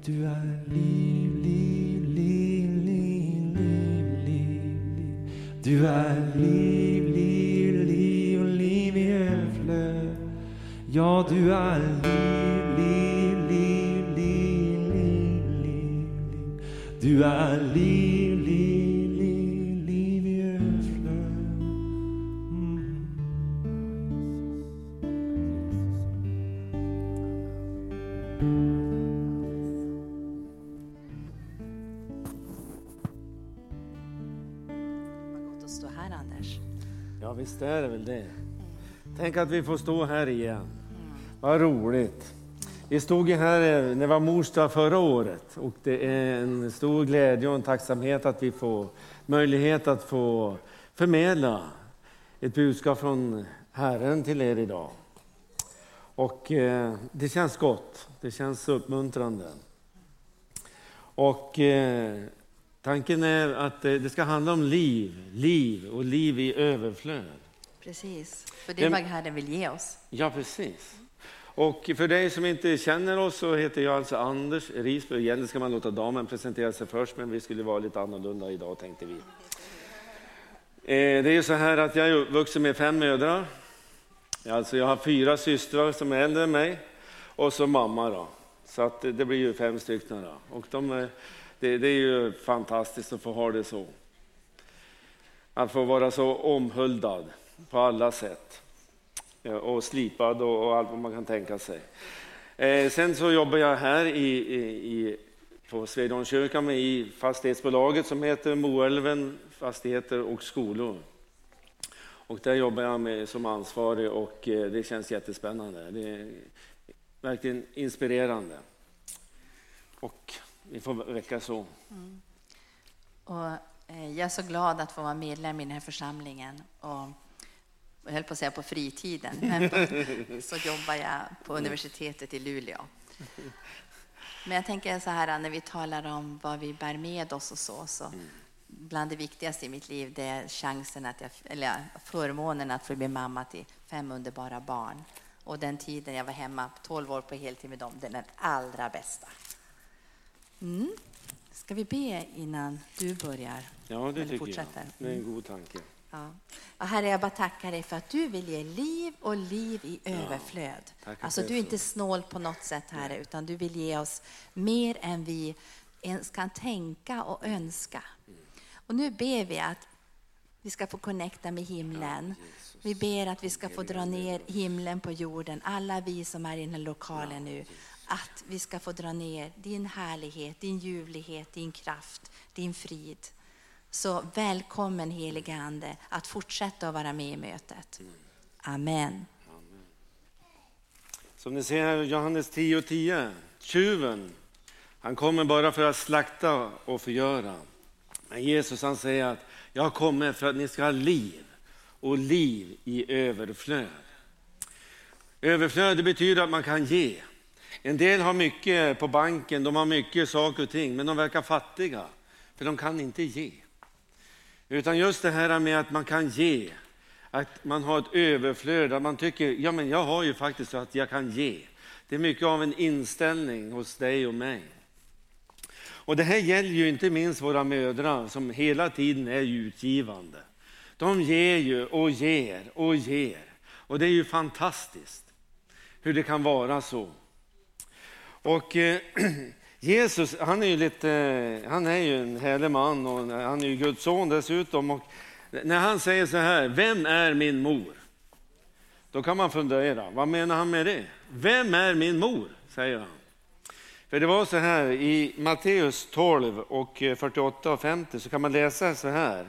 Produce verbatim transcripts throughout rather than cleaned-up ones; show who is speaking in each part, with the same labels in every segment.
Speaker 1: Du är liv, liv, liv, liv, liv, liv, liv. Du är liv, liv, liv, liv i överflöd. Ja, du är liv, liv, liv, liv, liv, liv, liv. Du är liv, liv, liv, liv i överflöd. Mm.
Speaker 2: Stå här, Anders.
Speaker 3: Ja, visst är det väl det. Tänk att vi får stå här igen. Vad roligt. Vi stod ju här när det var mors dag förra året. Och det är en stor glädje och en tacksamhet att vi får möjlighet att få förmedla ett budskap från Herren till er idag. Och eh, det känns gott. Det känns uppmuntrande. Och... Eh, Tanken är att det ska handla om liv, liv och liv i överflöd.
Speaker 2: Precis, för det är vad Herren vill ge oss.
Speaker 3: Ja, precis. Och för dig som inte känner oss så heter jag alltså Anders Risberg. Egentligen ska man låta damen presentera sig först, men vi skulle vara lite annorlunda idag, tänkte vi. Det är ju så här att jag är uppvuxen med fem mödrar. Alltså jag har fyra systrar som är äldre än mig och så mamma då. Så att det blir ju fem stycken då. Och de är... Det, det är ju fantastiskt att få ha det så. Att få vara så omhuldad på alla sätt. Och slipad och, och allt vad man kan tänka sig. Eh, sen så jobbar jag här i, i, i, på Svedjeholmskyrkan med i fastighetsbolaget som heter Moälven Fastigheter och skolor. Och där jobbar jag med, som ansvarig och eh, det känns jättespännande. Det är verkligen inspirerande. Och... Vi får väcka så.
Speaker 2: Mm. Och, eh, jag är så glad att få vara medlem i den här församlingen. Och jag höll på att säga på fritiden. Men på, så jobbar jag på universitetet i Luleå. Men jag tänker så här, när vi talar om vad vi bär med oss och så. så mm. Bland det viktigaste i mitt liv det är chansen att jag, eller förmånen att få bli mamma till fem underbara barn. Och den tiden jag var hemma tolv år på heltid med dem, den är den allra bästa. Mm. Ska vi be innan du börjar?
Speaker 3: Ja, det
Speaker 2: Eller
Speaker 3: tycker
Speaker 2: fortsätter?
Speaker 3: jag. Det är en god tanke.
Speaker 2: Ja. Och Herre, jag bara tackar dig för att du vill ge liv och liv i ja. överflöd. Alltså du är inte snål på något sätt, Herre, utan du vill ge oss mer än vi ens kan tänka och önska. Mm. Och nu ber vi att vi ska få connecta med himlen. Ja, vi ber att vi ska få dra ner himlen på jorden. Alla vi som är i den här lokalen ja, nu. Att vi ska få dra ner din härlighet, din ljuvlighet, din kraft, din frid. Så välkommen helige Ande att fortsätta att vara med i mötet. Amen.
Speaker 3: Amen. Som ni ser här i Johannes tio och tio. Tjuven, han kommer bara för att slakta och förgöra. Men Jesus han säger att jag kommer för att ni ska ha liv och liv i överflöd. Överflöd det betyder att man kan ge. En del har mycket på banken, de har mycket saker och ting, men de verkar fattiga, för de kan inte ge. Utan just det här med att man kan ge, att man har ett överflöd, att man tycker, ja men jag har ju faktiskt så att jag kan ge. Det är mycket av en inställning hos dig och mig. Och det här gäller ju inte minst våra mödrar som hela tiden är utgivande. De ger ju och ger och ger. Och det är ju fantastiskt hur det kan vara så. Och eh, Jesus, han är ju lite, han är ju en härlig man och han är ju Guds son dessutom. Och när han säger så här, vem är min mor? Då kan man fundera, vad menar han med det? Vem är min mor? Säger han. För det var så här i Matteus tolv och fyrtioåtta och femtio så kan man läsa så här.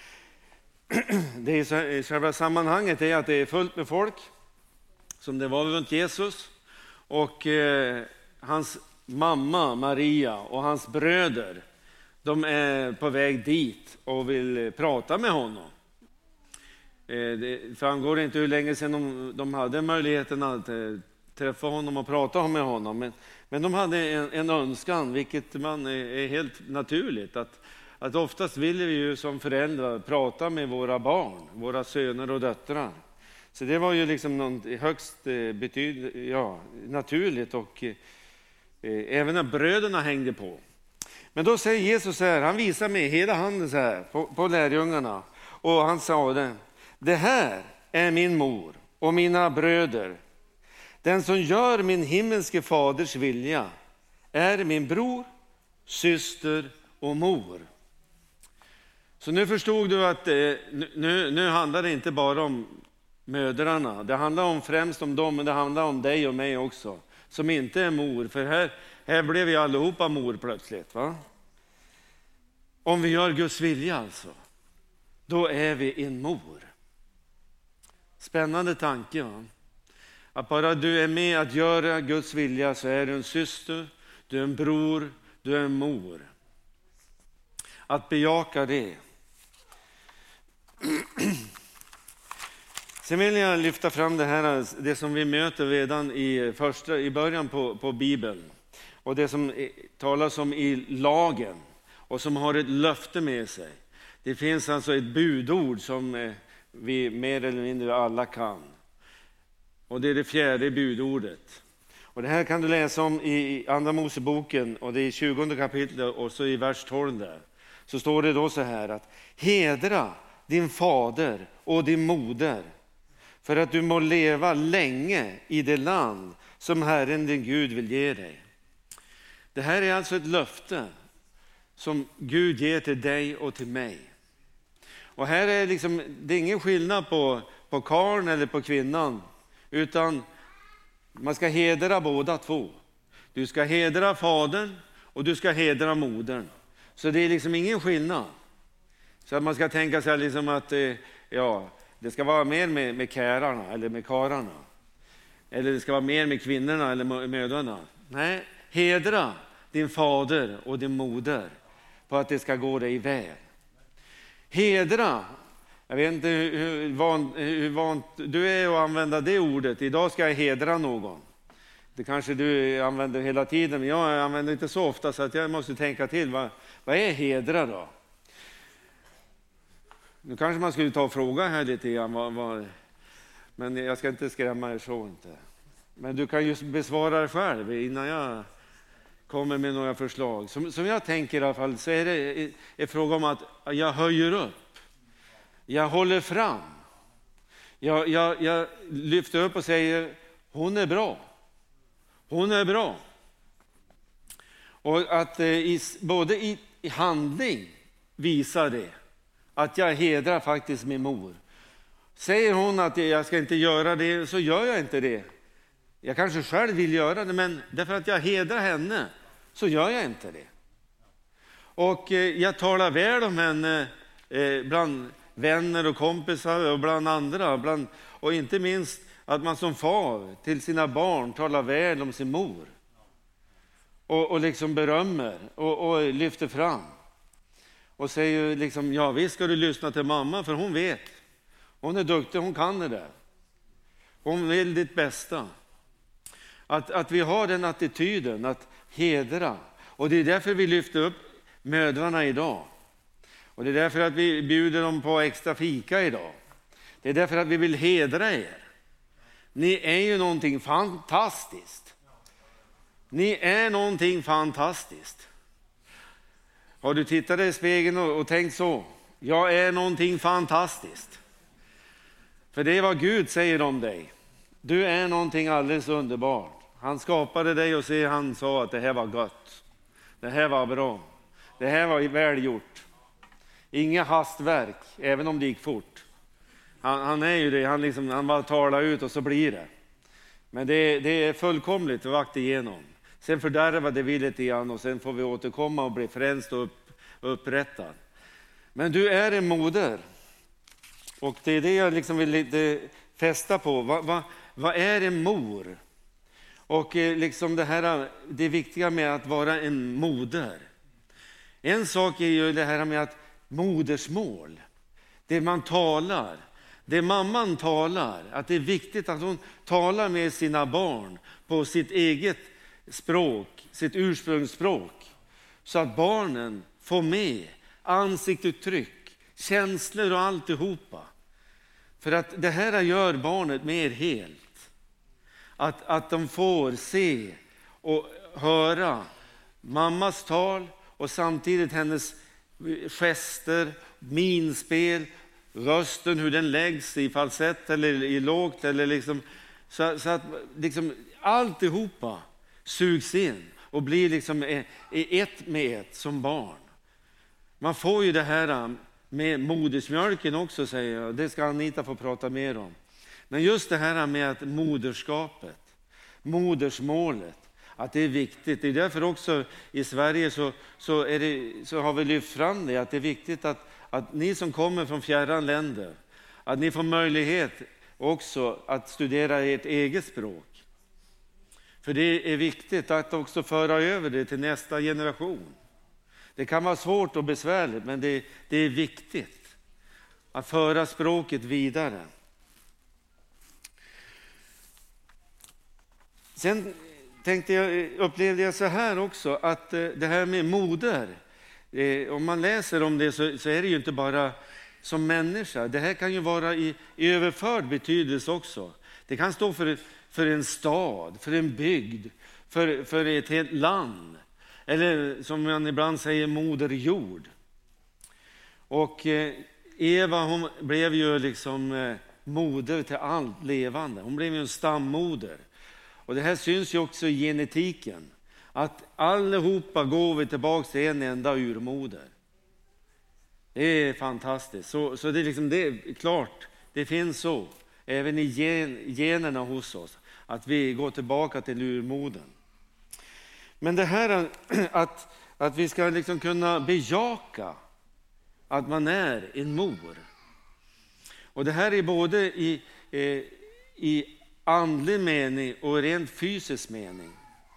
Speaker 3: Det är så här, själva sammanhanget är att det är fullt med folk som det var runt Jesus. Och eh, hans mamma Maria och hans bröder, de är på väg dit och vill prata med honom. Eh, det framgår inte hur länge sedan de, de hade möjligheten att eh, träffa honom och prata med honom. Men, men de hade en, en önskan, vilket man är, är helt naturligt. Att, att oftast vill vi ju som föräldrar prata med våra barn, våra söner och döttrar. Så det var ju liksom något högst betyd, ja, naturligt och även när bröderna hängde på. Men då säger Jesus så här, han visar med hela handen så här på, på lärjungarna. Och han sa det, det här är min mor och mina bröder. Den som gör min himmelske faders vilja är min bror, syster och mor. Så nu förstod du att eh, nu, nu handlar det inte bara om mödrarna. Det handlar om främst om dem, men det handlar om dig och mig också. Som inte är mor, för här, här blev vi allihopa mor plötsligt. Va? Om vi gör Guds vilja alltså, då är vi en mor. Spännande tanke, va? Att bara du är med att göra Guds vilja så är du en syster, du är en bror, du är en mor. Att bejaka det. Sen vill jag lyfta fram det här, det som vi möter redan i, första, i början på, på Bibeln. Och det som talas om i lagen och som har ett löfte med sig. Det finns alltså ett budord som vi mer eller mindre alla kan. Och det är det fjärde budordet. Och det här kan du läsa om i Andra Moseboken, och det är i tjugonde kapitlet och så i vers tolv där. Så står det då så här att hedra din fader och din moder för att du må leva länge i det land som Herren din Gud vill ge dig. Det här är alltså ett löfte som Gud ger till dig och till mig. Och här är liksom, det är ingen skillnad på, på karln eller på kvinnan, utan man ska hedra båda två. Du ska hedra fadern och du ska hedra modern. Så det är liksom ingen skillnad. Så att man ska tänka sig liksom att ja, det ska vara mer med, med kärarna eller med kararna. Eller det ska vara mer med kvinnorna eller med mödrarna. Nej, hedra din fader och din moder på att det ska gå dig väl. Hedra, jag vet inte hur vant, hur vant du är att använda det ordet. Idag ska jag hedra någon. Det kanske du använder hela tiden, men jag använder inte så ofta så att jag måste tänka till. Vad, vad är hedra då? Nu kanske man skulle ta och fråga här lite grann. Vad, vad, men jag ska inte skrämma er så inte. Men du kan ju besvara det själv innan jag kommer med några förslag. Som, som jag tänker i alla fall så är det en fråga om att jag höjer upp. Jag håller fram. Jag, jag, jag lyfter upp och säger hon är bra. Hon är bra. Och att eh, i, både i, i handling visar det att jag hedrar faktiskt min mor. Säger hon att jag ska inte göra det, så gör jag inte det. Jag kanske själv vill göra det, men därför att jag hedrar henne så gör jag inte det. Och eh, jag talar väl om henne eh, bland vänner och kompisar och bland andra. Bland, och inte minst att man som far till sina barn talar väl om sin mor. Och, och liksom berömmer och, och lyfter fram. Och säger liksom, ja visst ska du lyssna till mamma för hon vet. Hon är duktig, hon kan det där. Hon vill ditt bästa. Att, att vi har den attityden att hedra. Och det är därför vi lyfter upp mödrarna idag. Och det är därför att vi bjuder dem på extra fika idag. Det är därför att vi vill hedra er. Ni är ju någonting fantastiskt. Ni är någonting fantastiskt. Har du tittat i spegeln och, och tänkt så? Jag är någonting fantastiskt. För det är vad Gud säger om dig. Du är någonting alldeles underbart. Han skapade dig och se, han sa att det här var gott. Det här var bra. Det här var väl gjort. Inga hastverk, även om det gick fort. Han, han är ju det, han, liksom, han bara talar ut och så blir det. Men det, det är fullkomligt vakt igenom. Sen fördärvar det vi lite grann och sen får vi återkomma och bli frälst och upp, upprättad. Men du är en moder. Och det är det jag liksom vill lite fästa på. Vad, vad, vad är en mor? Och liksom det här, det viktiga med att vara en moder. En sak är ju det här med att modersmål, det man talar, det mamman talar, att det är viktigt att hon talar med sina barn på sitt eget språk, sitt ursprungsspråk, så att barnen får med ansiktsuttryck, känslor och alltihopa. För att det här gör barnet mer helt. Att, att de får se och höra mammas tal och samtidigt hennes gester, minspel, rösten, hur den läggs i falsett eller i lågt. Eller liksom, så, så att liksom, alltihopa sugs in och blir liksom ett med ett som barn. Man får ju det här med modersmjölken också, säger jag. Det ska Anita få prata mer om. Men just det här med att moderskapet, modersmålet, att det är viktigt. Det är därför också i Sverige så, så, är det, så har vi lyft fram det, att det är viktigt att, att ni som kommer från fjärran länder, att ni får möjlighet också att studera ert eget språk. För det är viktigt att också föra över det till nästa generation. Det kan vara svårt och besvärligt, men det, det är viktigt att föra språket vidare. Sen tänkte jag, upplevde jag så här också, att det här med moder, om man läser om det så, så är det ju inte bara som människa. Det här kan ju vara i, i överförd betydelse också. Det kan stå för, för en stad, för en bygd, för, för ett helt land. Eller som man ibland säger, moder jord. Och Eva, hon blev ju liksom moder till allt levande. Hon blev ju en stammoder. Och det här syns ju också i genetiken. Att allihopa går vi tillbaka till en enda urmoder. Det är fantastiskt. Så, så det, är liksom, det är klart, det finns så. Även i gen, generna hos oss. Att vi går tillbaka till urmodern. Men det här att, att vi ska liksom kunna bejaka att man är en mor. Och det här är både i, eh, i andlig mening och rent fysisk mening.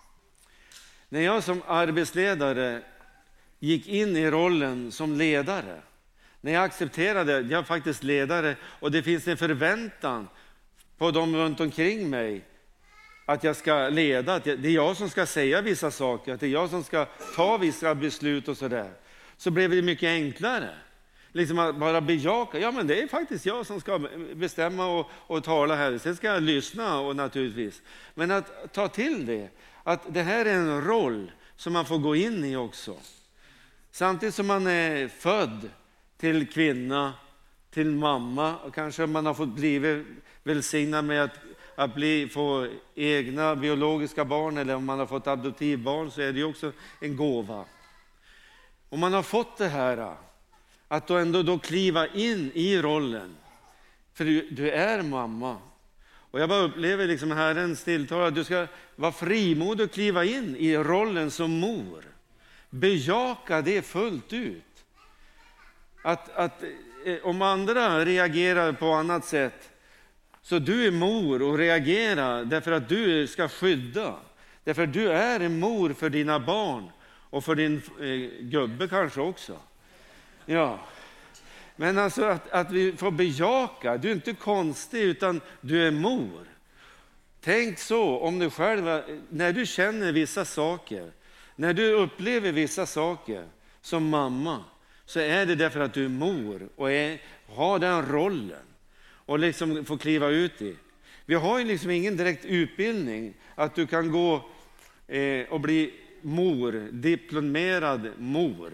Speaker 3: När jag som arbetsledare gick in i rollen som ledare, när jag accepterade att jag är faktiskt ledare och det finns en förväntan på dem runt omkring mig att jag ska leda, att det är jag som ska säga vissa saker, att det är jag som ska ta vissa beslut och sådär, så blev det mycket enklare. Liksom att bara bejaka, ja men det är faktiskt jag som ska bestämma och, och tala här. Sen ska jag lyssna och naturligtvis. Men att ta till det, att det här är en roll som man får gå in i också. Samtidigt som man är född till kvinna, till mamma, och kanske man har fått bli välsignad med att, att bli, få egna biologiska barn, eller om man har fått adoptivbarn, så är det också en gåva. Om man har fått det här, att då ändå då kliva in i rollen. För du, du är mamma. Och jag bara upplever liksom Herrens tilltal att du ska vara frimodig och kliva in i rollen som mor. Bejaka det fullt ut. Att, att om andra reagerar på annat sätt, så du är mor och reagerar därför att du ska skydda. Därför att du är en mor för dina barn och för din eh, gubbe kanske också. Ja, men alltså att, att vi får bejaka, du är inte konstig utan du är mor. Tänk så om du själv, när du känner vissa saker, när du upplever vissa saker som mamma, så är det därför att du är mor och är, har den rollen och liksom får kliva ut i. Vi har ju liksom ingen direkt utbildning att du kan gå eh, och bli mor, diplomerad mor.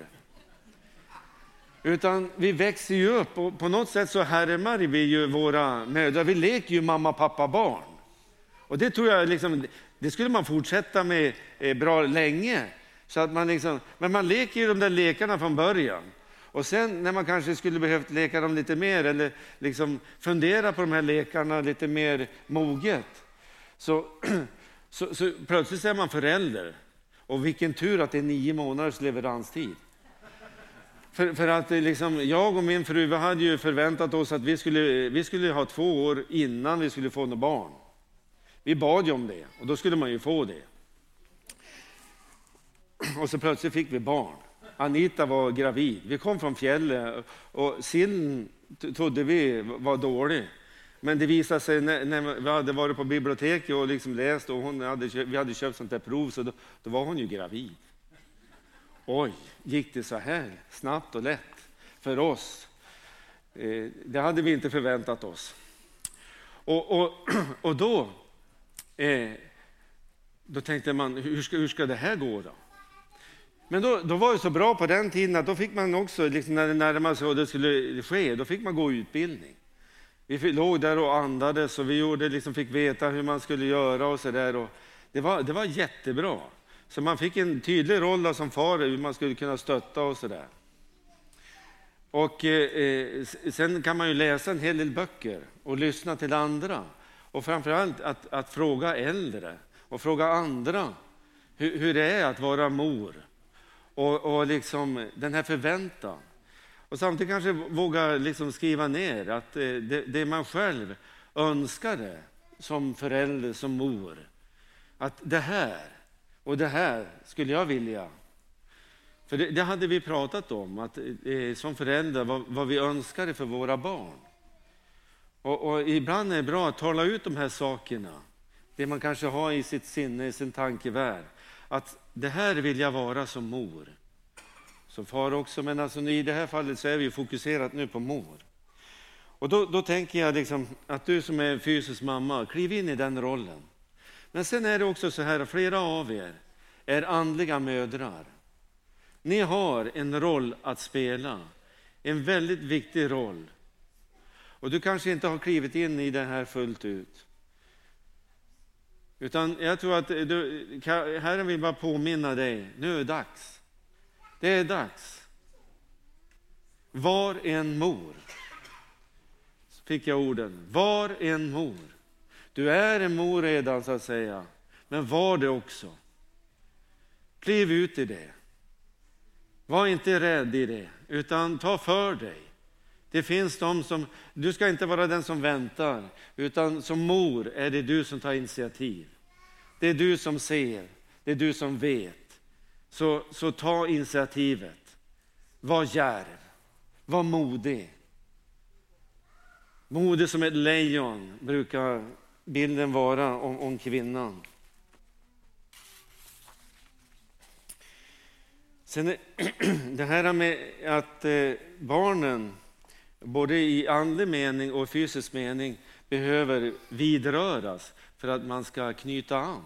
Speaker 3: Utan vi växer ju upp och på något sätt så härmar vi ju våra mödrar. Vi leker ju mamma, pappa, barn. Och det tror jag liksom, det skulle man fortsätta med eh, bra länge. Så att man liksom, men man leker ju de där lekarna från början. Och sen när man kanske skulle behövt leka dem lite mer eller liksom fundera på de här lekarna lite mer moget. Så, så, så plötsligt är man förälder. Och vilken tur att det är nio månaders leveranstid. För, för att liksom, jag och min fru, vi hade ju förväntat oss att vi skulle, vi skulle ha två år innan vi skulle få några barn. Vi bad ju om det och då skulle man ju få det. Och så plötsligt fick vi barn. Anita var gravid. Vi kom från fjället och sillen trodde vi var dålig. Men det visade sig när, när vi hade varit på biblioteket och liksom läst och hon hade, vi hade köpt sånt där prov, så då, då var hon ju gravid. Oj, gick det så här snabbt och lätt för oss? Eh, det hade vi inte förväntat oss. Och, och, och då, eh, då tänkte man, hur ska, hur ska det här gå då? Men då, då var det så bra på den tiden att då fick man också, liksom när det närmade sig och det skulle ske, då fick man gå utbildning. Vi låg där och andades och vi gjorde, liksom fick veta hur man skulle göra och så där. Det var, det var jättebra. Så man fick en tydlig roll då som far, hur man skulle kunna stötta och så där. Och eh, sen kan man ju läsa en hel del böcker och lyssna till andra. Och framförallt att, att fråga äldre och fråga andra hur, hur det är att vara mor. Och, och liksom den här förväntan. Och samtidigt kanske våga liksom skriva ner att det, det man själv önskade som förälder, som mor. Att det här och det här skulle jag vilja. För det, det hade vi pratat om, att eh, som föräldrar vad, vad vi önskade för våra barn. Och, och ibland är det bra att tala ut de här sakerna. Det man kanske har i sitt sinne, i sin tankevärld. Att det här vill jag vara som mor. Som far också, men alltså i det här fallet så är vi fokuserat nu på mor. Och då, då tänker jag liksom att du som är fysisk mamma, kliv in i den rollen. Men sen är det också så här, flera av er är andliga mödrar. Ni har en roll att spela, en väldigt viktig roll. Och du kanske inte har klivit in i det här fullt ut. Utan jag tror att du, Herren vill bara påminna dig, nu är det dags. Det är dags. Var en mor. Så fick jag orden. Var en mor. Du är en mor redan så att säga. Men var det också. Kliv ut i det. Var inte rädd i det. Utan ta för dig. Det finns de som, du ska inte vara den som väntar. Utan som mor är det du som tar initiativ. Det är du som ser. Det är du som vet. Så, så ta initiativet. Var djärv. Var modig. Modig som ett lejon brukar bilden vara om, om kvinnan. Sen är, det här med att eh, barnen både i andlig mening och fysisk mening behöver vidröras för att man ska knyta an.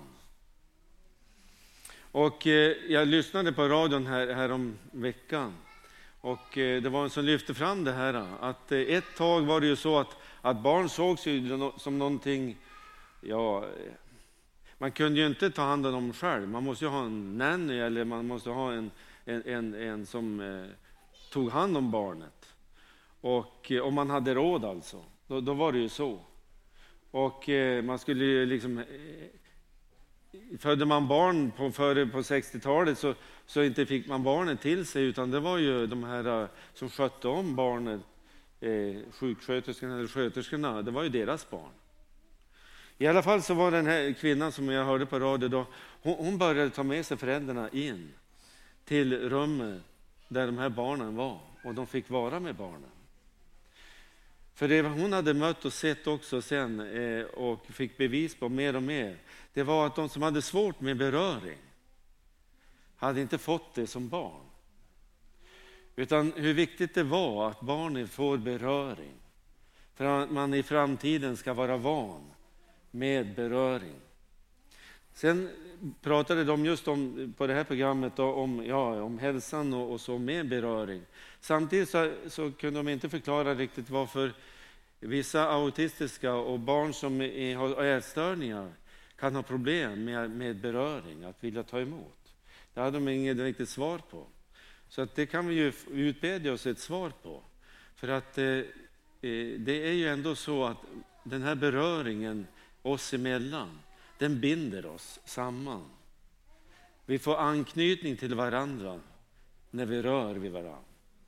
Speaker 3: Och eh, jag lyssnade på radion här, här om veckan och eh, det var en som lyfte fram det här att eh, ett tag var det ju så att, att barn sågs ju som någonting, ja, man kunde ju inte ta hand om dem själv, man måste ju ha en nanny eller man måste ha en, en, en, en som eh, tog hand om barnet. Och eh, om man hade råd alltså, då, då var det ju så. Och eh, man skulle ju liksom... Eh, Födde man barn på, före på sextiotalet så, så inte fick man barnet till sig, utan det var ju de här som skötte om barnet, eh, sjuksköterskorna eller sköterskorna, det var ju deras barn. I alla fall så var den här kvinnan som jag hörde på radio då, hon, hon började ta med sig föräldrarna in till rummet där de här barnen var och de fick vara med barnen. För det hon hade mött och sett också sen eh, och fick bevis på mer och mer, det var att de som hade svårt med beröring hade inte fått det som barn. Utan hur viktigt det var att barnen får beröring. För att man i framtiden ska vara van med beröring. Sen pratade de just om, på det här programmet då, om, ja, om hälsan och, och så med beröring. Samtidigt så, så kunde de inte förklara riktigt varför vissa autistiska och barn som är, har ätstörningar kan ha problem med, med beröring, att vilja ta emot. Det hade de inget riktigt svar på. Så att det kan vi ju utbedja oss ett svar på. För att eh, det är ju ändå så att den här beröringen oss emellan, den binder oss samman. Vi får anknytning till varandra när vi rör vid varandra.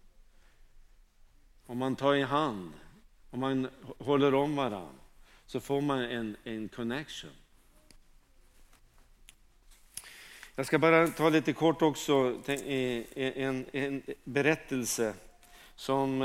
Speaker 3: Om man tar i hand, om man håller om varandra, så får man en, en connection. Jag ska bara ta lite kort också en, en berättelse som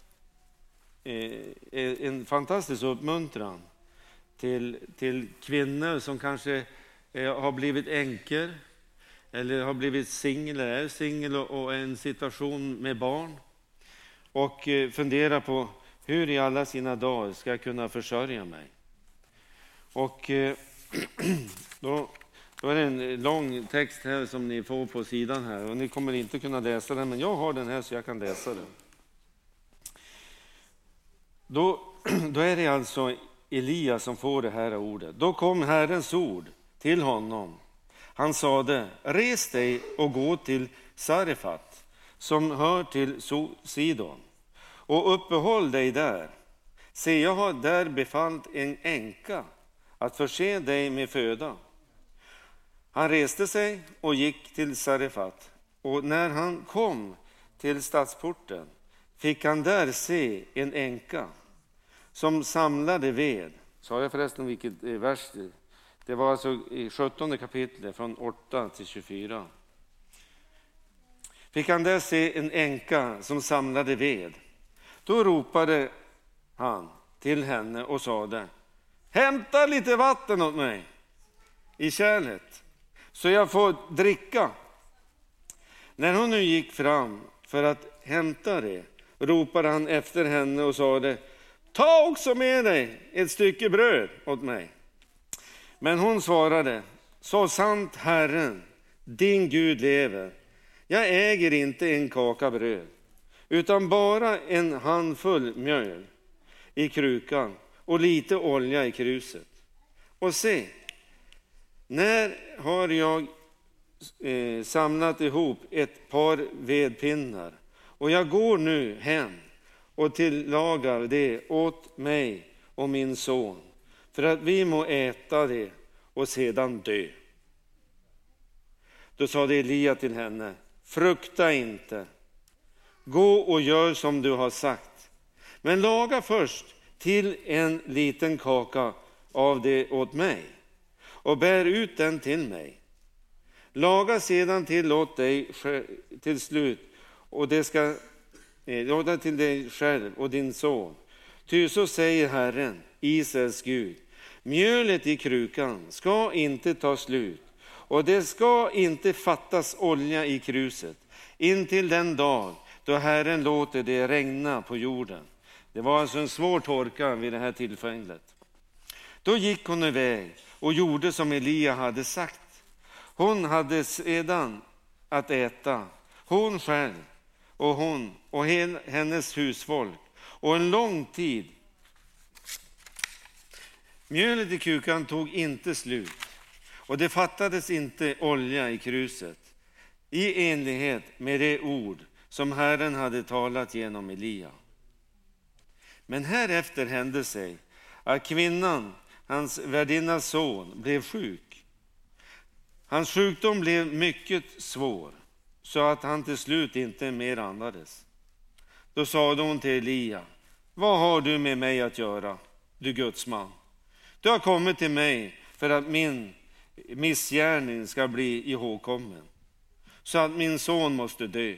Speaker 3: är en fantastisk uppmuntran till, till kvinnor som kanske har blivit änkor eller har blivit singel, är singel och är i en situation med barn och funderar på hur i alla sina dagar ska jag kunna försörja mig. Och då Då är det en lång text här som ni får på sidan här. Och ni kommer inte kunna läsa den, men jag har den här så jag kan läsa den. Då, då är det alltså Elia som får det här ordet. Då kom Herrens ord till honom. Han sade, res dig och gå till Sarefat som hör till Sidon och uppehåll dig där. Se, jag har där befallt en änka att förse dig med föda. Han reste sig och gick till Sarefat, och när han kom till stadsporten fick han där se en änka som samlade ved. Sa jag förresten vilket vers det? Det var alltså i sjuttonde kapitlet från åtta till tjugofyra. Fick han där se en änka som samlade ved. Då ropade han till henne och sade, hämta lite vatten åt mig i kärlet så jag får dricka. När hon nu gick fram för att hämta det ropade han efter henne och sade, ta också med dig ett stycke bröd åt mig. Men hon svarade, så sant Herren, din Gud lever, jag äger inte en kaka bröd, utan bara en handfull mjöl i krukan och lite olja i kruset. Och se, när har jag eh, samlat ihop ett par vedpinnar, och jag går nu hem och tillagar det åt mig och min son, för att vi må äta det och sedan dö. Då sade Elia till henne, frukta inte, gå och gör som du har sagt, men laga först till en liten kaka av det åt mig och bär ut den till mig. Laga sedan till åt dig till slut, och det ska laga till dig själv och din son. Ty så säger Herren, Israels Gud, mjölet i krukan ska inte ta slut, och det ska inte fattas olja i kruset intill den dag då Herren låter det regna på jorden. Det var alltså en svår torka vid det här tillfället. Då gick hon iväg och gjorde som Elia hade sagt. Hon hade sedan att äta, hon själv och hon och hennes husfolk, och en lång tid. Mjölet i krukan tog inte slut, och det fattades inte olja i kruset, i enlighet med det ord som Herren hade talat genom Elia. Men härefter hände sig att kvinnan, hans värdinnas son, blev sjuk. Hans sjukdom blev mycket svår, så att han till slut inte mer andades. Då sade hon till Elia, vad har du med mig att göra, du gudsman? Du har kommit till mig för att min missgärning ska bli ihågkommen, så att min son måste dö.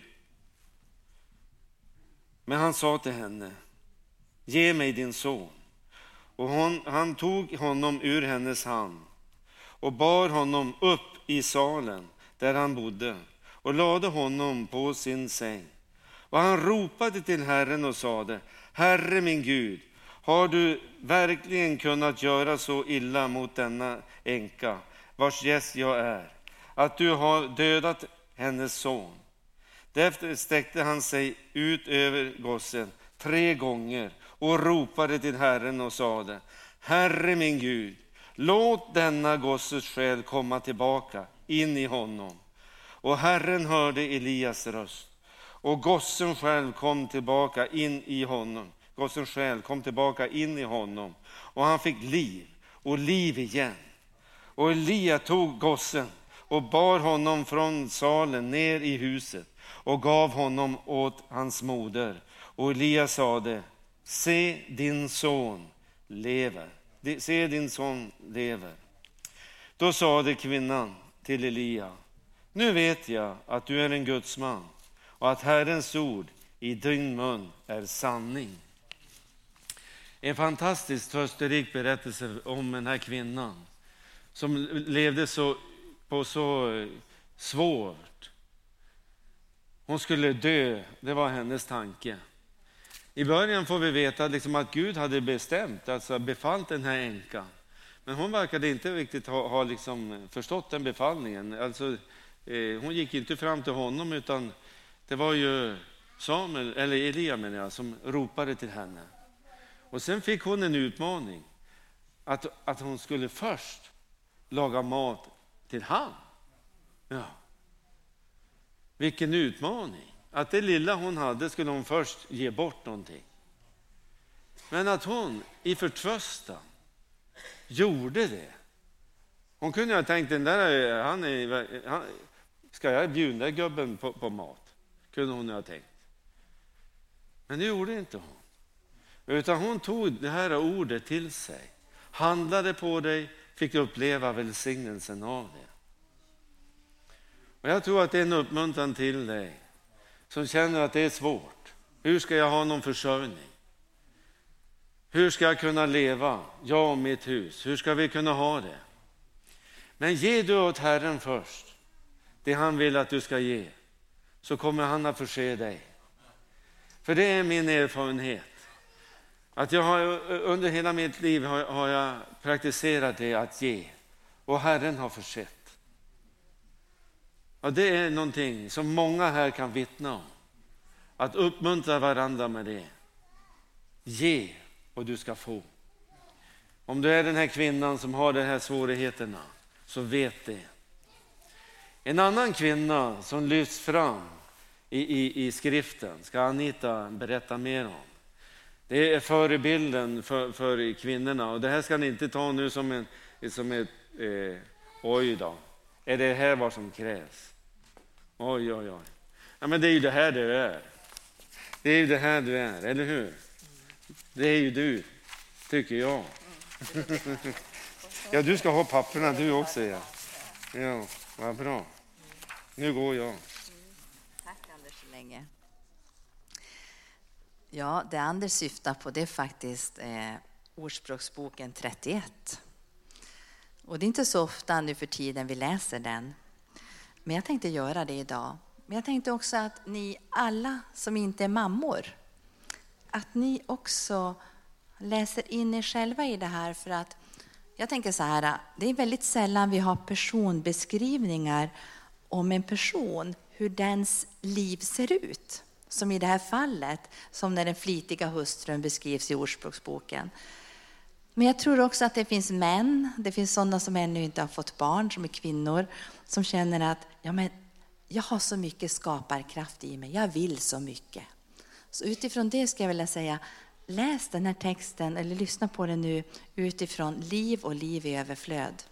Speaker 3: Men han sa till henne, ge mig din son. Och hon, han tog honom ur hennes hand och bar honom upp i salen där han bodde och lade honom på sin säng. Och han ropade till Herren och sade, Herre min Gud, har du verkligen kunnat göra så illa mot denna änka, vars gäst jag är, att du har dödat hennes son? Därefter sträckte han sig ut över gossen tre gånger och ropade till Herren och sade, Herre min Gud, låt denna gosses själ komma tillbaka in i honom. Och Herren hörde Elias röst, och gossen själv kom tillbaka in i honom. Gossen själ kom tillbaka in i honom, och han fick liv och liv igen. Och Elia tog gossen och bar honom från salen ner i huset och gav honom åt hans moder. Och Elia sade, se din son lever. Se din son lever. Då sade kvinnan till Elia, nu vet jag att du är en gudsman och att Herrens ord i din mun är sanning. En fantastisk trösterik berättelse om den här kvinnan som levde så, på så svårt. Hon skulle dö, det var hennes tanke. I början får vi veta liksom att Gud hade bestämt, alltså befallt den här änkan. Men hon verkade inte riktigt ha, ha liksom förstått den befallningen. Alltså, eh, hon gick inte fram till honom, utan det var ju Samuel, eller Elia menar jag, som ropade till henne. Och sen fick hon en utmaning. Att, att hon skulle först laga mat till han. Ja. Vilken utmaning. Att det lilla hon hade skulle hon först ge bort någonting. Men att hon i förtröstan gjorde det. Hon kunde ha tänkt, den där, han är, han, ska jag bjuda gubben på, på mat? Kunde hon ha tänkt. Men det gjorde inte hon. Utan hon tog det här ordet till sig. Handlade på dig, fick uppleva välsignelsen av det. Och jag tror att det är en uppmuntran till dig som känner att det är svårt. Hur ska jag ha någon försörjning? Hur ska jag kunna leva? Jag och mitt hus. Hur ska vi kunna ha det? Men ge du åt Herren först det han vill att du ska ge, så kommer han att förse dig. För det är min erfarenhet. Att jag har, under hela mitt liv har, har jag praktiserat det att ge. Och Herren har försett. Och det är någonting som många här kan vittna om. Att uppmuntra varandra med det. Ge och du ska få. Om du är den här kvinnan som har de här svårigheterna, så vet det. En annan kvinna som lyfts fram i, i, i skriften ska Anita berätta mer om. Det är förebilden för, för kvinnorna. Och det här ska ni inte ta nu som en som ett, eh, oj då. Är det här vad som krävs? Oj, oj, oj. Ja, men det är ju det här du är. Det är ju det här du är, eller hur? Det är ju du, tycker jag. Ja, du ska ha papperna du också, ja. Ja, vad bra. Nu går jag.
Speaker 2: Tack Anders så länge. Ja, det Anders syftar på det är faktiskt eh, Ordspråksboken trettioett. Och det är inte så ofta nu för tiden vi läser den. Men jag tänkte göra det idag. Men jag tänkte också att ni alla som inte är mammor, att ni också läser in er själva i det här. För att jag tänker så här, det är väldigt sällan vi har personbeskrivningar om en person, hur dens liv ser ut. Som i det här fallet, som när den flitiga hustrun beskrivs i Ordspråksboken. Men jag tror också att det finns män, det finns sådana som ännu inte har fått barn, som är kvinnor, som känner att ja, men jag har så mycket skaparkraft i mig, jag vill så mycket. Så utifrån det ska jag vilja säga, läs den här texten eller lyssna på den nu utifrån liv och liv i överflöd.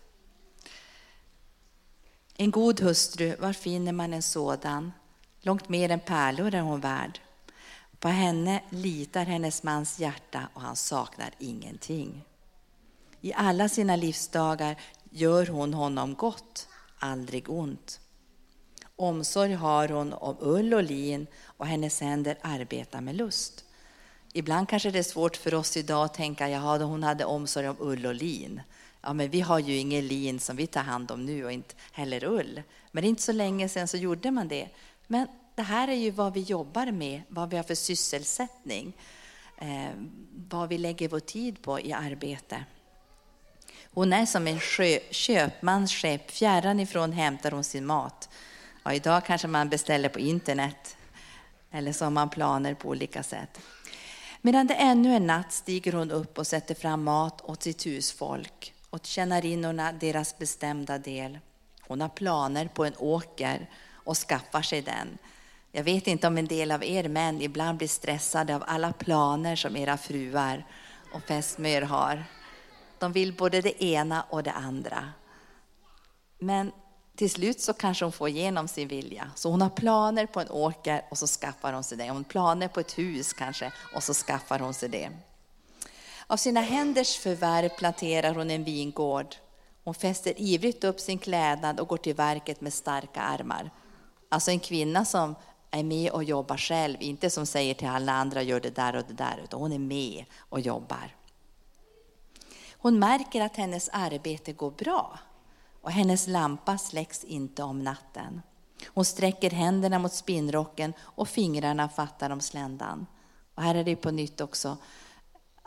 Speaker 2: En god hustru, var finner man en sådan? Långt mer än pärlor är hon värd. På henne litar hennes mans hjärta och han saknar ingenting. I alla sina livsdagar gör hon honom gott, aldrig ont. Omsorg har hon om ull och lin och hennes händer arbetar med lust. Ibland kanske det är svårt för oss idag att tänka, jaha, hon hade omsorg om ull och lin. Ja, men vi har ju ingen lin som vi tar hand om nu och inte heller ull. Men inte så länge sedan så gjorde man det. Men det här är ju vad vi jobbar med, vad vi har för sysselsättning, eh, vad vi lägger vår tid på i arbete. Hon är som en sjö, köpmans skepp, fjärran ifrån hämtar hon sin mat. Ja, idag kanske man beställer på internet eller så har man planer på olika sätt. Medan det ännu är natt stiger hon upp och sätter fram mat åt sitt husfolk, åt tjänarinnorna deras bestämda del. Hon har planer på en åker och skaffar sig den. Jag vet inte om en del av er män ibland blir stressade av alla planer som era fruar och fästmör har. De vill både det ena och det andra. Men till slut så kanske hon får igenom sin vilja. Så hon har planer på en åker och så skaffar hon sig det. Hon har planer på ett hus kanske och så skaffar hon sig det. Av sina händers förvärv planterar hon en vingård. Hon fäster ivrigt upp sin klädnad och går till verket med starka armar. Alltså en kvinna som är med och jobbar själv. Inte som säger till alla andra gör det där och det där. Utan hon är med och jobbar. Hon märker att hennes arbete går bra. Och hennes lampa släcks inte om natten. Hon sträcker händerna mot spinnrocken och fingrarna fattar om sländan. Och här är det på nytt också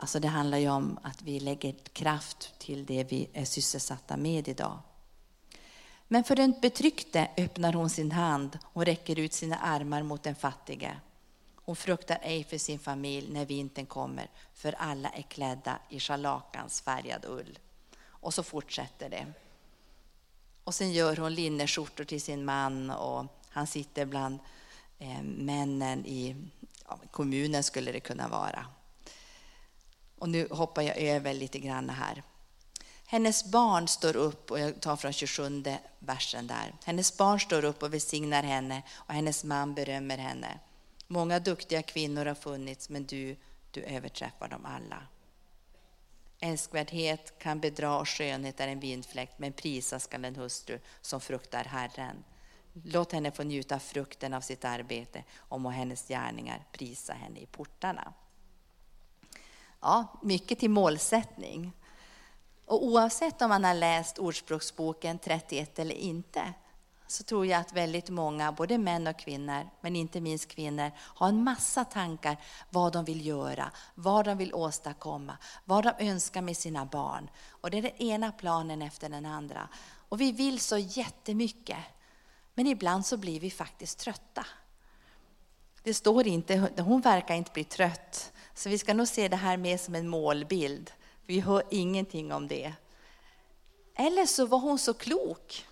Speaker 2: Alltså det handlar ju om att vi lägger kraft till det vi är sysselsatta med idag. Men för den betryckte öppnar hon sin hand och räcker ut sina armar mot den fattige. Hon fruktar ej för sin familj när vintern kommer, för alla är klädda i scharlakans färgad ull. Och så fortsätter det. Och sen gör hon linneskjortor till sin man och han sitter bland eh, männen i ja, kommunen skulle det kunna vara. Och nu hoppar jag över lite grann här. Hennes barn står upp, och jag tar från tjugosjunde versen där. Hennes barn står upp och välsignar henne och hennes man berömmer henne. Många duktiga kvinnor har funnits, men du, du överträffar dem alla. Älskvärdhet kan bedra och skönhet är en vindfläkt, men prisa skall en hustru som fruktar Herren. Låt henne få njuta frukten av sitt arbete och må hennes gärningar prisa henne i portarna. Ja, mycket till målsättning. Och oavsett om man har läst Ordspråksboken trettioett eller inte, så tror jag att väldigt många, både män och kvinnor, men inte minst kvinnor, har en massa tankar vad de vill göra, vad de vill åstadkomma, vad de önskar med sina barn. Och det är den ena planen efter den andra. Och vi vill så jättemycket, men ibland så blir vi faktiskt trötta. Det står inte, hon verkar inte bli trött, så vi ska nog se det här mer som en målbild. Vi hör ingenting om det. Eller så var hon så klok.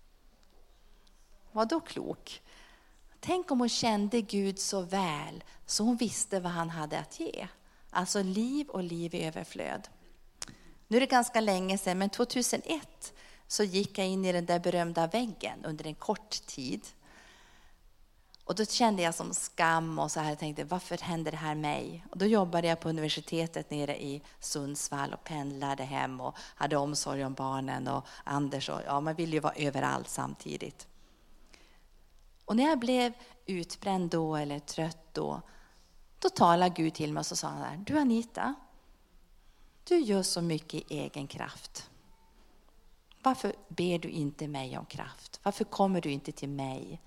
Speaker 2: Vad då klok? Tänk om hon kände Gud så väl så hon visste vad han hade att ge. Alltså liv och liv i överflöd. Nu är det ganska länge sedan, men tjugohundraett så gick jag in i den där berömda väggen under en kort tid. Och då kände jag som skam och så här, jag tänkte, varför händer det här mig? Och då jobbade jag på universitetet nere i Sundsvall och pendlade hem och hade omsorg om barnen och Anders. Och, ja, man ville ju vara överallt samtidigt. Och när jag blev utbränd då eller trött då, då talade Gud till mig och så sa han där, du Anita, du gör så mycket i egen kraft. Varför ber du inte mig om kraft? Varför kommer du inte till mig?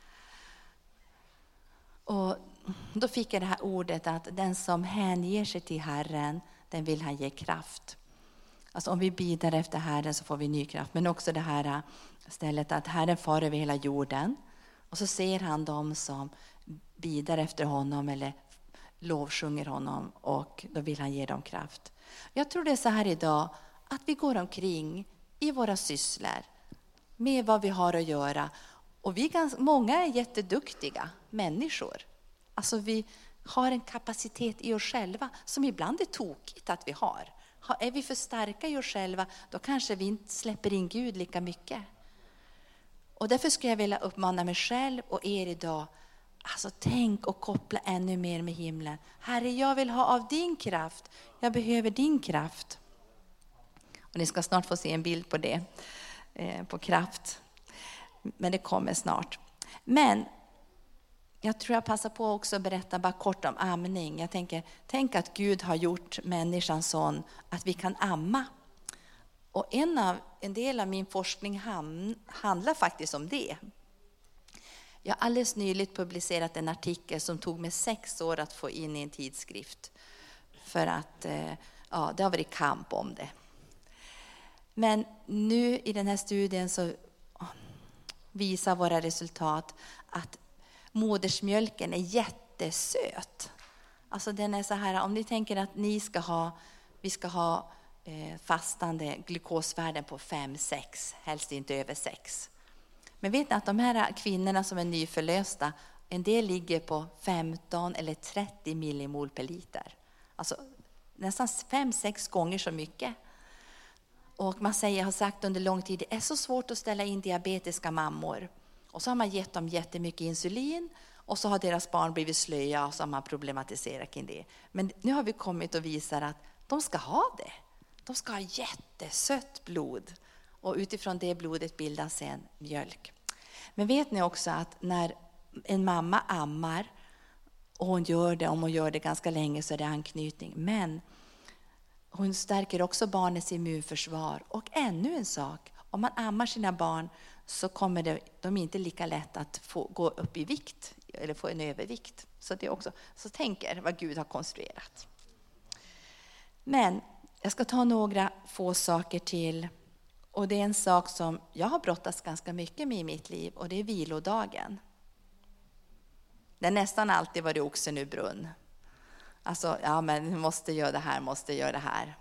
Speaker 2: Och då fick jag det här ordet att den som hänger sig till Herren, den vill han ge kraft. Alltså om vi bidar efter Herren så får vi ny kraft. Men också det här stället att Herren far över hela jorden. Och så ser han dem som bidar efter honom eller lovsjunger honom. Och då vill han ge dem kraft. Jag tror det är så här idag att vi går omkring i våra sysslor med vad vi har att göra. Och vi ganska, många är jätteduktiga människor. Alltså vi har en kapacitet i oss själva som ibland är tokigt att vi har. Är vi för starka i oss själva, då kanske vi inte släpper in Gud lika mycket. Och därför skulle jag vilja uppmana mig själv och er idag. Alltså tänk och koppla ännu mer med himlen. Herre, jag vill ha av din kraft. Jag behöver din kraft. Och ni ska snart få se en bild på det. Eh, på kraft. Men det kommer snart. Men jag tror jag passar på också att berätta bara kort om amning. Jag tänker, tänk att Gud har gjort människan sån att vi kan amma. Och en, av, en del av min forskning ham, handlar faktiskt om det. Jag har alldeles nyligt publicerat en artikel som tog mig sex år att få in i en tidskrift. För att ja, det har varit kamp om det. Men nu i den här studien så visar våra resultat att modersmjölken är jättesöt. Alltså den är så här, om ni tänker att ni ska ha, vi ska ha eh, fastande glukosvärden på fem sex, helst inte över sex. Men vet ni att de här kvinnorna som är nyförlösta, en del ligger på femton eller trettio millimol per liter. Alltså nästan fem sex gånger så mycket. Och man säger, har sagt under lång tid, det är så svårt att ställa in diabetiska mammor. Och så har man gett dem jättemycket insulin och så har deras barn blivit slöja och så har man problematiserat kring det. Men nu har vi kommit och visar att de ska ha det. De ska ha jättesött blod och utifrån det blodet bildas sen mjölk. Men vet ni också att när en mamma ammar och hon gör det, om hon gör det ganska länge så är det anknytning. Men hon stärker också barnets immunförsvar. Och ännu en sak, om man ammar sina barn så kommer det, de inte lika lätt att få gå upp i vikt eller få en övervikt. Så det är också, så tänker vad Gud har konstruerat. Men jag ska ta några få saker till. Och det är en sak som jag har brottats ganska mycket med i mitt liv. Och det är vilodagen. Det är nästan alltid varit oxen ur brunn. Alltså, ja men måste göra det här, måste göra det här.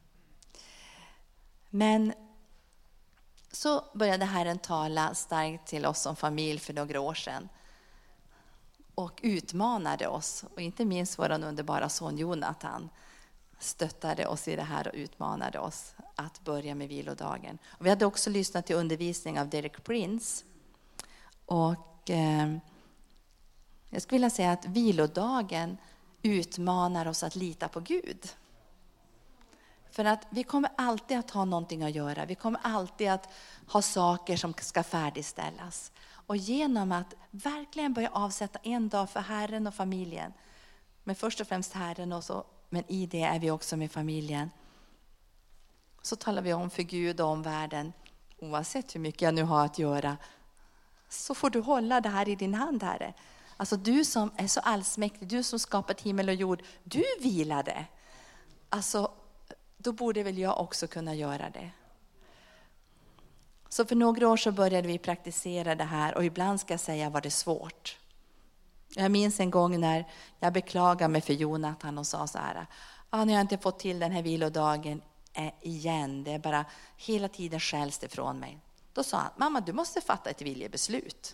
Speaker 2: Men så började Herren tala starkt till oss som familj för några år sedan. Och utmanade oss. Och inte minst vår underbara son Jonathan stöttade oss i det här och utmanade oss att börja med vilodagen. Och vi hade också lyssnat till undervisning av Derek Prince. Och eh, jag skulle vilja säga att vilodagen utmanar oss att lita på Gud. För att vi kommer alltid att ha någonting att göra. Vi kommer alltid att ha saker som ska färdigställas. Och genom att verkligen börja avsätta en dag för Herren och familjen. Men först och främst Herren och så, men i det är vi också med familjen. Så talar vi om för Gud och om världen. Oavsett hur mycket jag nu har att göra. Så får du hålla det här i din hand, Herre. Alltså du som är så allsmäktig. Du som skapat himmel och jord. Du vilade. Alltså då borde väl jag också kunna göra det. Så för några år så började vi praktisera det här. Och ibland ska jag säga var det svårt. Jag minns en gång när jag beklagade mig för Jonathan och sa så här. Ah, nu har jag inte fått till den här vilodagen igen. Det är bara hela tiden skäls det från mig. Då sa han, mamma du måste fatta ett viljebeslut.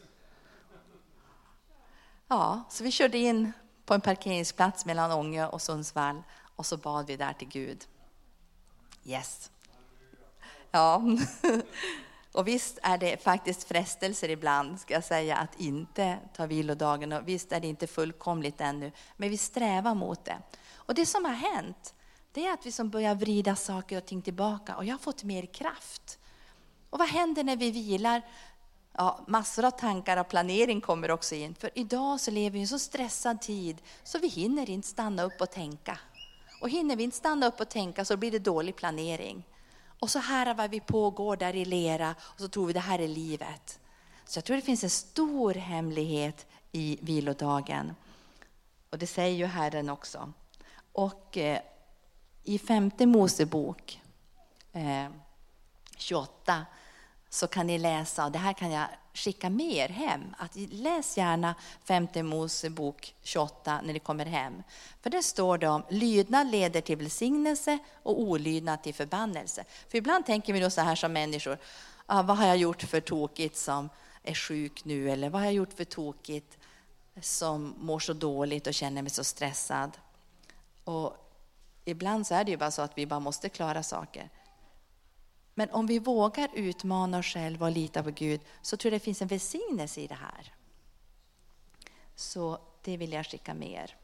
Speaker 2: Ja, så vi körde in på en parkeringsplats mellan Ånge och Sundsvall. Och så bad vi där till Gud. Yes. Ja. Och visst är det faktiskt frestelser ibland, ska jag säga, att inte ta vilodagen. Och visst är det inte fullkomligt ännu, men vi strävar mot det. Och det som har hänt, det är att vi som börjar vrida saker och ting tillbaka. Och jag har fått mer kraft. Och vad händer när vi vilar? Ja, massor av tankar och planering kommer också in. För idag så lever vi i en så stressad tid, så vi hinner inte stanna upp och tänka. Och hinner vi inte stanna upp och tänka så blir det dålig planering. Och så harvar vi på, går där i lera och så tror vi det här är livet. Så jag tror det finns en stor hemlighet i vilodagen. Och det säger ju Herren också. Och eh, i femte Mosebok eh, tjugoåtta så kan ni läsa, och det här kan jag skicka med er hem. Att läs gärna femte Mosebok tjugoåtta när ni kommer hem. För det står det om lydnad leder till välsignelse och olydnad till förbannelse. För ibland tänker vi då så här som människor. Ah, vad har jag gjort för tokigt som är sjuk nu? Eller vad har jag gjort för tokigt som mår så dåligt och känner mig så stressad? Och ibland så är det ju bara så att vi bara måste klara saker. Men om vi vågar utmana oss själva och lita på Gud så tror jag det finns en välsignelse i det här. Så det vill jag skicka med er.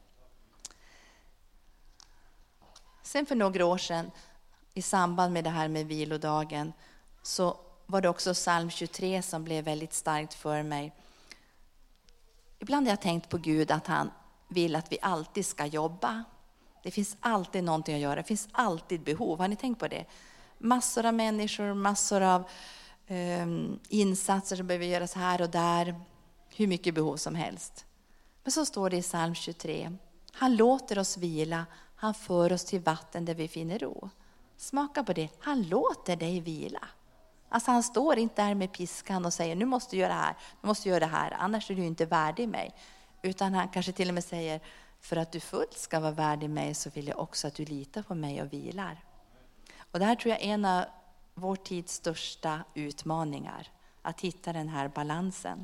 Speaker 2: Sen för några år sedan i samband med det här med vilodagen så var det också psalm tjugotre som blev väldigt starkt för mig. Ibland har jag tänkt på Gud att han vill att vi alltid ska jobba. Det finns alltid någonting att göra. Det finns alltid behov. Har ni tänkt på det? Massor av människor, massor av eh, insatser som behöver göras här och där. Hur mycket behov som helst. Men så står det i psalm tjugotre. Han låter oss vila. Han för oss till vatten där vi finner ro. Smaka på det. Han låter dig vila. Alltså han står inte där med piskan och säger nu måste du göra det här. Nu måste du göra det här. Annars är du inte värdig mig. Utan han kanske till och med säger för att du fullt ska vara värdig mig så vill jag också att du litar på mig och vilar. Och det här tror jag är en av vår tids största utmaningar. Att hitta den här balansen.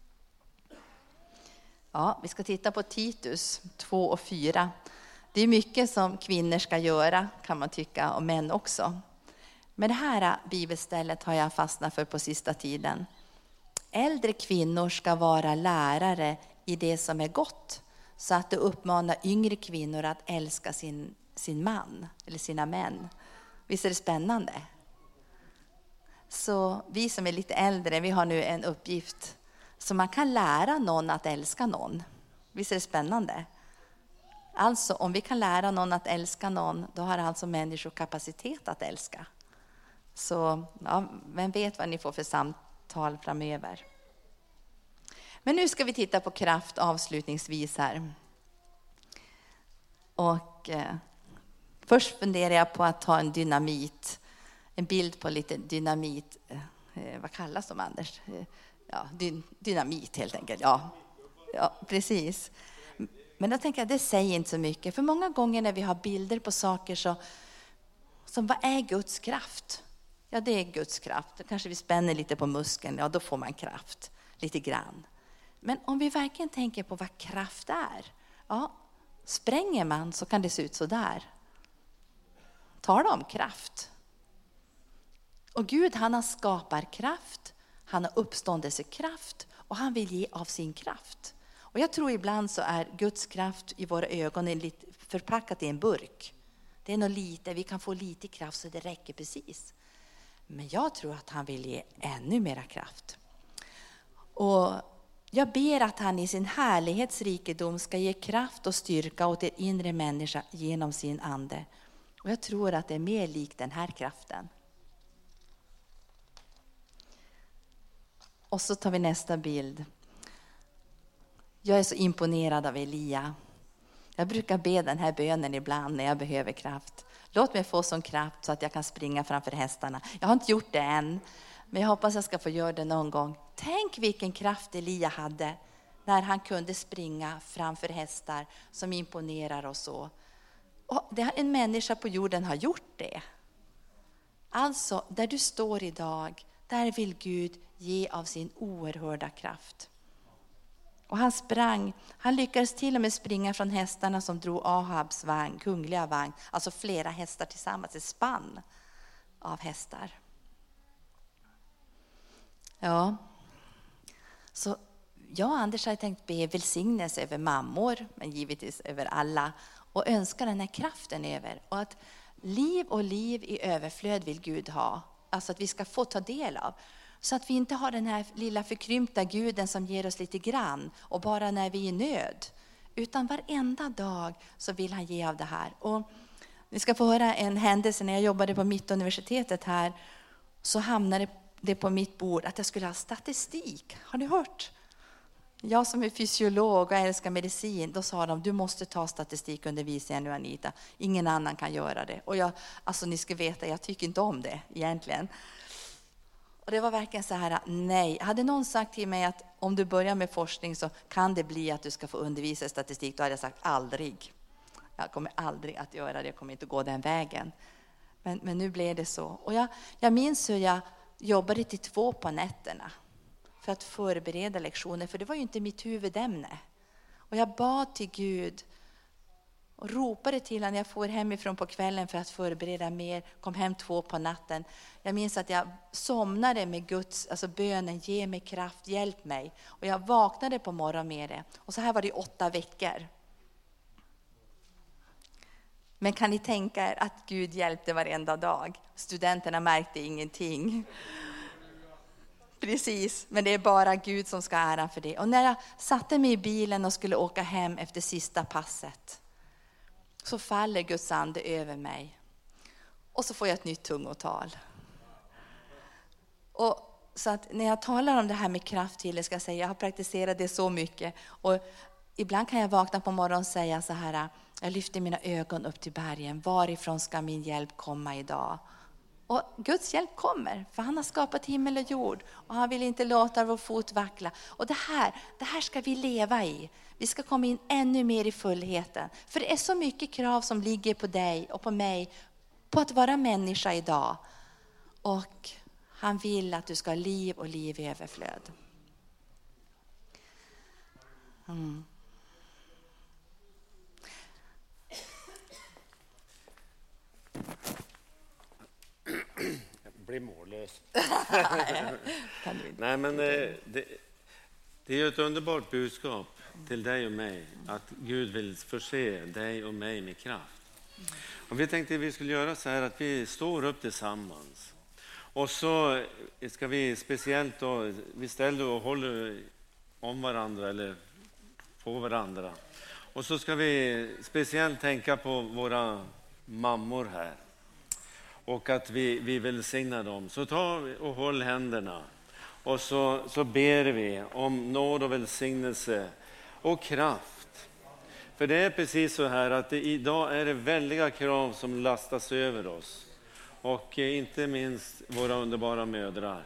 Speaker 2: Ja, vi ska titta på Titus två och fyra. Det är mycket som kvinnor ska göra kan man tycka och män också. Men det här bibelstället har jag fastnat för på sista tiden. Äldre kvinnor ska vara lärare i det som är gott. Så att det uppmanar yngre kvinnor att älska sin, sin man eller sina män. Visst är det spännande? Så vi som är lite äldre, vi har nu en uppgift. Så man kan lära någon att älska någon. Visst är det spännande? Alltså om vi kan lära någon att älska någon, då har alltså människor kapacitet att älska. Så ja, vem vet vad ni får för samtal framöver. Men nu ska vi titta på kraft avslutningsvis här. Och eh, Först funderar jag på att ta en dynamit. En bild på lite dynamit. Eh, vad kallas de, Anders? Eh, ja, dy, dynamit helt enkelt. Ja. ja, precis. Men då tänker jag, det säger inte så mycket. För många gånger när vi har bilder på saker så, som vad är Guds kraft? Ja, det är Guds kraft. Då kanske vi spänner lite på muskeln, ja då får man kraft. Lite grann. Men om vi verkligen tänker på vad kraft är. Ja, spränger man så kan det se ut så där. Tala om kraft. Och Gud, han har skaparkraft. Han har uppståndelsekraft. Och han vill ge av sin kraft. Och jag tror ibland så är Guds kraft i våra ögon lite förpackat i en burk. Det är nog lite, vi kan få lite kraft så det räcker precis. Men jag tror att han vill ge ännu mera kraft. Och jag ber att han i sin härlighetsrikedom ska ge kraft och styrka åt er inre människa genom sin ande. Och jag tror att det är mer likt den här kraften. Och så tar vi nästa bild. Jag är så imponerad av Elia. Jag brukar be den här bönen ibland när jag behöver kraft. Låt mig få sån kraft så att jag kan springa framför hästarna. Jag har inte gjort det än, men jag hoppas jag ska få göra det någon gång. Tänk vilken kraft Elia hade när han kunde springa framför hästar som imponerar och så. Och det, en människa på jorden har gjort det. Alltså, där du står idag, där vill Gud ge av sin oerhörda kraft. Och han sprang, han lyckades till och med springa från hästarna som drog Ahabs vagn, kungliga vagn. Alltså flera hästar tillsammans, ett spann av hästar. Ja, så jag och Anders har tänkt be välsignelse över mammor, men givetvis över alla. Och önska den här kraften över. Och att liv och liv i överflöd vill Gud ha. Alltså att vi ska få ta del av. Så att vi inte har den här lilla förkrympta guden som ger oss lite grann. Och bara när vi är i nöd. Utan varenda dag så vill han ge av det här. Och ni ska få höra en händelse när jag jobbade på Mittuniversitetet här. Så hamnade det på mitt bord att jag skulle ha statistik. Har ni hört? Jag som är fysiolog och älskar medicin, då sa de, du måste ta statistikundervisningen nu, Anita. Ingen annan kan göra det. Och jag, alltså ni ska veta, jag tycker inte om det egentligen. Och det var verkligen så här, nej. Hade någon sagt till mig att om du börjar med forskning så kan det bli att du ska få undervisa i statistik, då hade jag sagt aldrig. Jag kommer aldrig att göra det, jag kommer inte gå den vägen. Men, men nu blev det så. Och jag, jag minns hur jag jobbade till två på nätterna. För att förbereda lektioner. För det var ju inte mitt huvudämne. Och jag bad till Gud. Och ropade till honom när jag får hemifrån på kvällen för att förbereda mer. Kom hem två på natten. Jag minns att jag somnade med Guds, alltså bönen, ge mig kraft, hjälp mig. Och jag vaknade på morgonen med det. Och så här var det i åtta veckor. Men kan ni tänka er att Gud hjälpte varenda dag? Studenterna märkte ingenting. Precis, men det är bara Gud som ska ha äran för det. Och när jag satte mig i bilen och skulle åka hem efter sista passet, så faller Guds ande över mig. Och så får jag ett nytt tungotal. Och så att när jag talar om det här med kraft till, ska jag säga, jag har praktiserat det så mycket. Och ibland kan jag vakna på morgonen och säga så här, jag lyfter mina ögon upp till bergen. Varifrån ska min hjälp komma idag? Och Guds hjälp kommer, för han har skapat himmel och jord. Och han vill inte låta vår fot vackla. Och det här, det här ska vi leva i. Vi ska komma in ännu mer i fullheten. För det är så mycket krav som ligger på dig och på mig. På att vara människa idag. Och han vill att du ska ha liv och liv i överflöd. Mm.
Speaker 3: Jag blir mållös. Nej, men det, det, det är ju ett underbart budskap till dig och mig. Att Gud vill förse dig och mig med kraft. Och vi tänkte att vi skulle göra så här att vi står upp tillsammans. Och så ska vi speciellt då, vi ställer och håller om varandra eller på varandra. Och så ska vi speciellt tänka på våra mammor här. Och att vi, vi välsignar dem. Så ta och håll händerna. Och så, så ber vi om nåd och välsignelse och kraft. För det är precis så här att det, idag är det väldiga krav som lastas över oss. Och eh, inte minst våra underbara mödrar.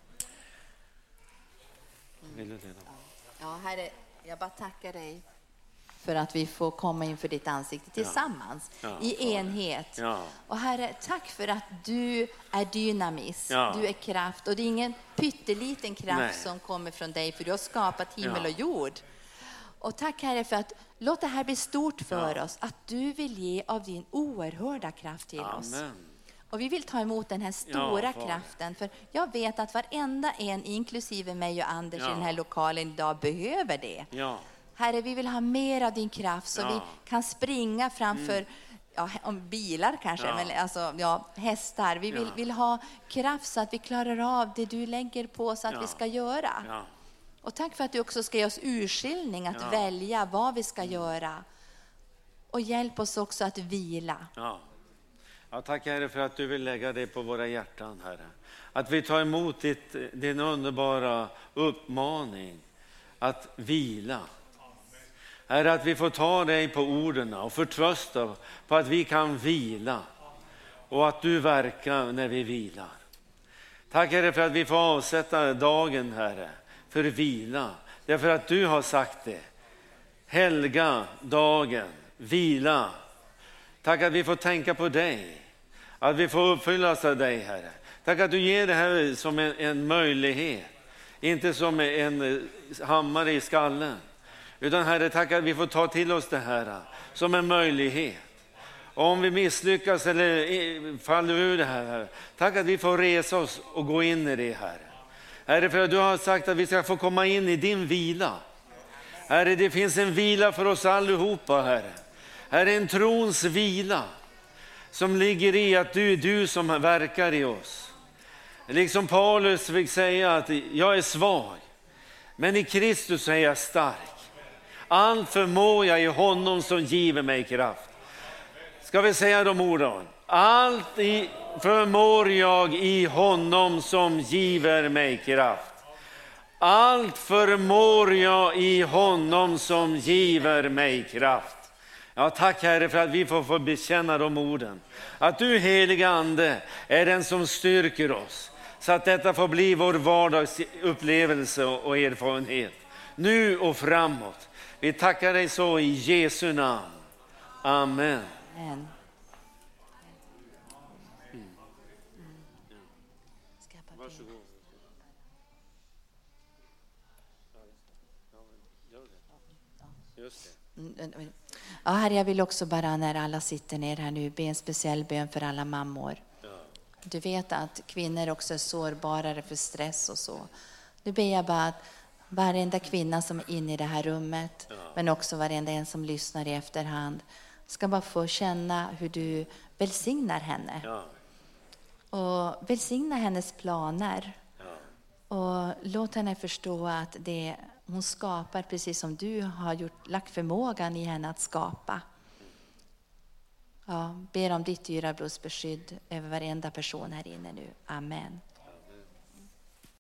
Speaker 3: Vill du det då?
Speaker 2: Ja, Herre, jag bara tackar dig för att vi får komma inför ditt ansikte tillsammans,
Speaker 3: ja. Ja,
Speaker 2: i enhet.
Speaker 3: Ja.
Speaker 2: Och Herre, tack för att du är dynamis,
Speaker 3: Ja.
Speaker 2: du är kraft. Och det är ingen pytteliten kraft
Speaker 3: Nej.
Speaker 2: som kommer från dig, för du har skapat himmel
Speaker 3: Ja.
Speaker 2: och jord. Och tack Herre för att låt det här bli stort för
Speaker 3: Ja.
Speaker 2: oss, att du vill ge av din oerhörda kraft till oss.
Speaker 3: Amen.
Speaker 2: Och vi vill ta emot den här stora
Speaker 3: Ja, far.
Speaker 2: kraften. För jag vet att varenda en, inklusive mig och Anders
Speaker 3: Ja.
Speaker 2: i den här lokalen idag, behöver det.
Speaker 3: Ja.
Speaker 2: Herre, vi vill ha mer av din kraft så
Speaker 3: Ja.
Speaker 2: vi kan springa framför ja, om bilar kanske,
Speaker 3: Ja.
Speaker 2: men alltså, ja, hästar. Vi vill,
Speaker 3: Ja.
Speaker 2: vill ha kraft så att vi klarar av det du lägger på oss att
Speaker 3: Ja.
Speaker 2: vi ska göra.
Speaker 3: Ja.
Speaker 2: Och tack för att du också ska ge oss urskiljning att
Speaker 3: Ja.
Speaker 2: välja vad vi ska göra. Och hjälp oss också att vila.
Speaker 3: Ja. Ja, tack Herre för att du vill lägga det på våra hjärtan, Herre. Att vi tar emot ditt, din underbara uppmaning att vila. Herre, att vi får ta dig på orden och förtrösta på att vi kan vila. Och att du verkar när vi vilar. Tack Herre för att vi får avsätta dagen, Herre, för vila. Därför att du har sagt det. Helga dagen, vila. Tack att vi får tänka på dig. Att vi får uppfyllas av dig, Herre. Tack att du ger det här som en, en möjlighet. Inte som en hammare i skallen. Utan Herre, tack att vi får ta till oss det här som en möjlighet. Och om vi misslyckas eller faller ur det här, Herre, tack att vi får resa oss och gå in i det, Herre. Herre, för att du har sagt att vi ska få komma in i din vila. Herre, det finns en vila för oss allihopa, Herre. Herre, en trons vila som ligger i att du är du som verkar i oss. Liksom Paulus fick säga att jag är svag, men i Kristus är jag stark. Allt förmår jag i honom som giver mig kraft. Ska vi säga de orden? Allt i, förmår jag i honom som giver mig kraft. Allt förmår jag i honom som giver mig kraft. Ja, tack Herre för att vi får, får bekänna de orden. Att du, heliga Ande, är den som styrker oss. Så att detta får bli vår vardagsupplevelse och erfarenhet. Nu och framåt. Vi tackar dig så i Jesu namn. Amen.
Speaker 2: Amen. Mm. Ska jag bara be?
Speaker 3: Just det.
Speaker 2: Mm, Ja, Herre, jag vill också bara när alla sitter ner här nu be en speciell bön för alla mammor.
Speaker 3: Ja.
Speaker 2: Du vet att kvinnor också är sårbarare för stress och så. Nu ber jag bara att varenda kvinna som är inne i det här rummet,
Speaker 3: Ja.
Speaker 2: men också varenda en som lyssnar i efterhand, ska bara få känna hur du välsignar henne.
Speaker 3: Ja.
Speaker 2: Och välsigna hennes planer.
Speaker 3: Ja.
Speaker 2: Och låt henne förstå att det hon skapar precis som du har gjort, lagt förmågan i henne att skapa. Ja, ber om ditt dyra blodsbeskydd över varenda person här inne nu. Amen.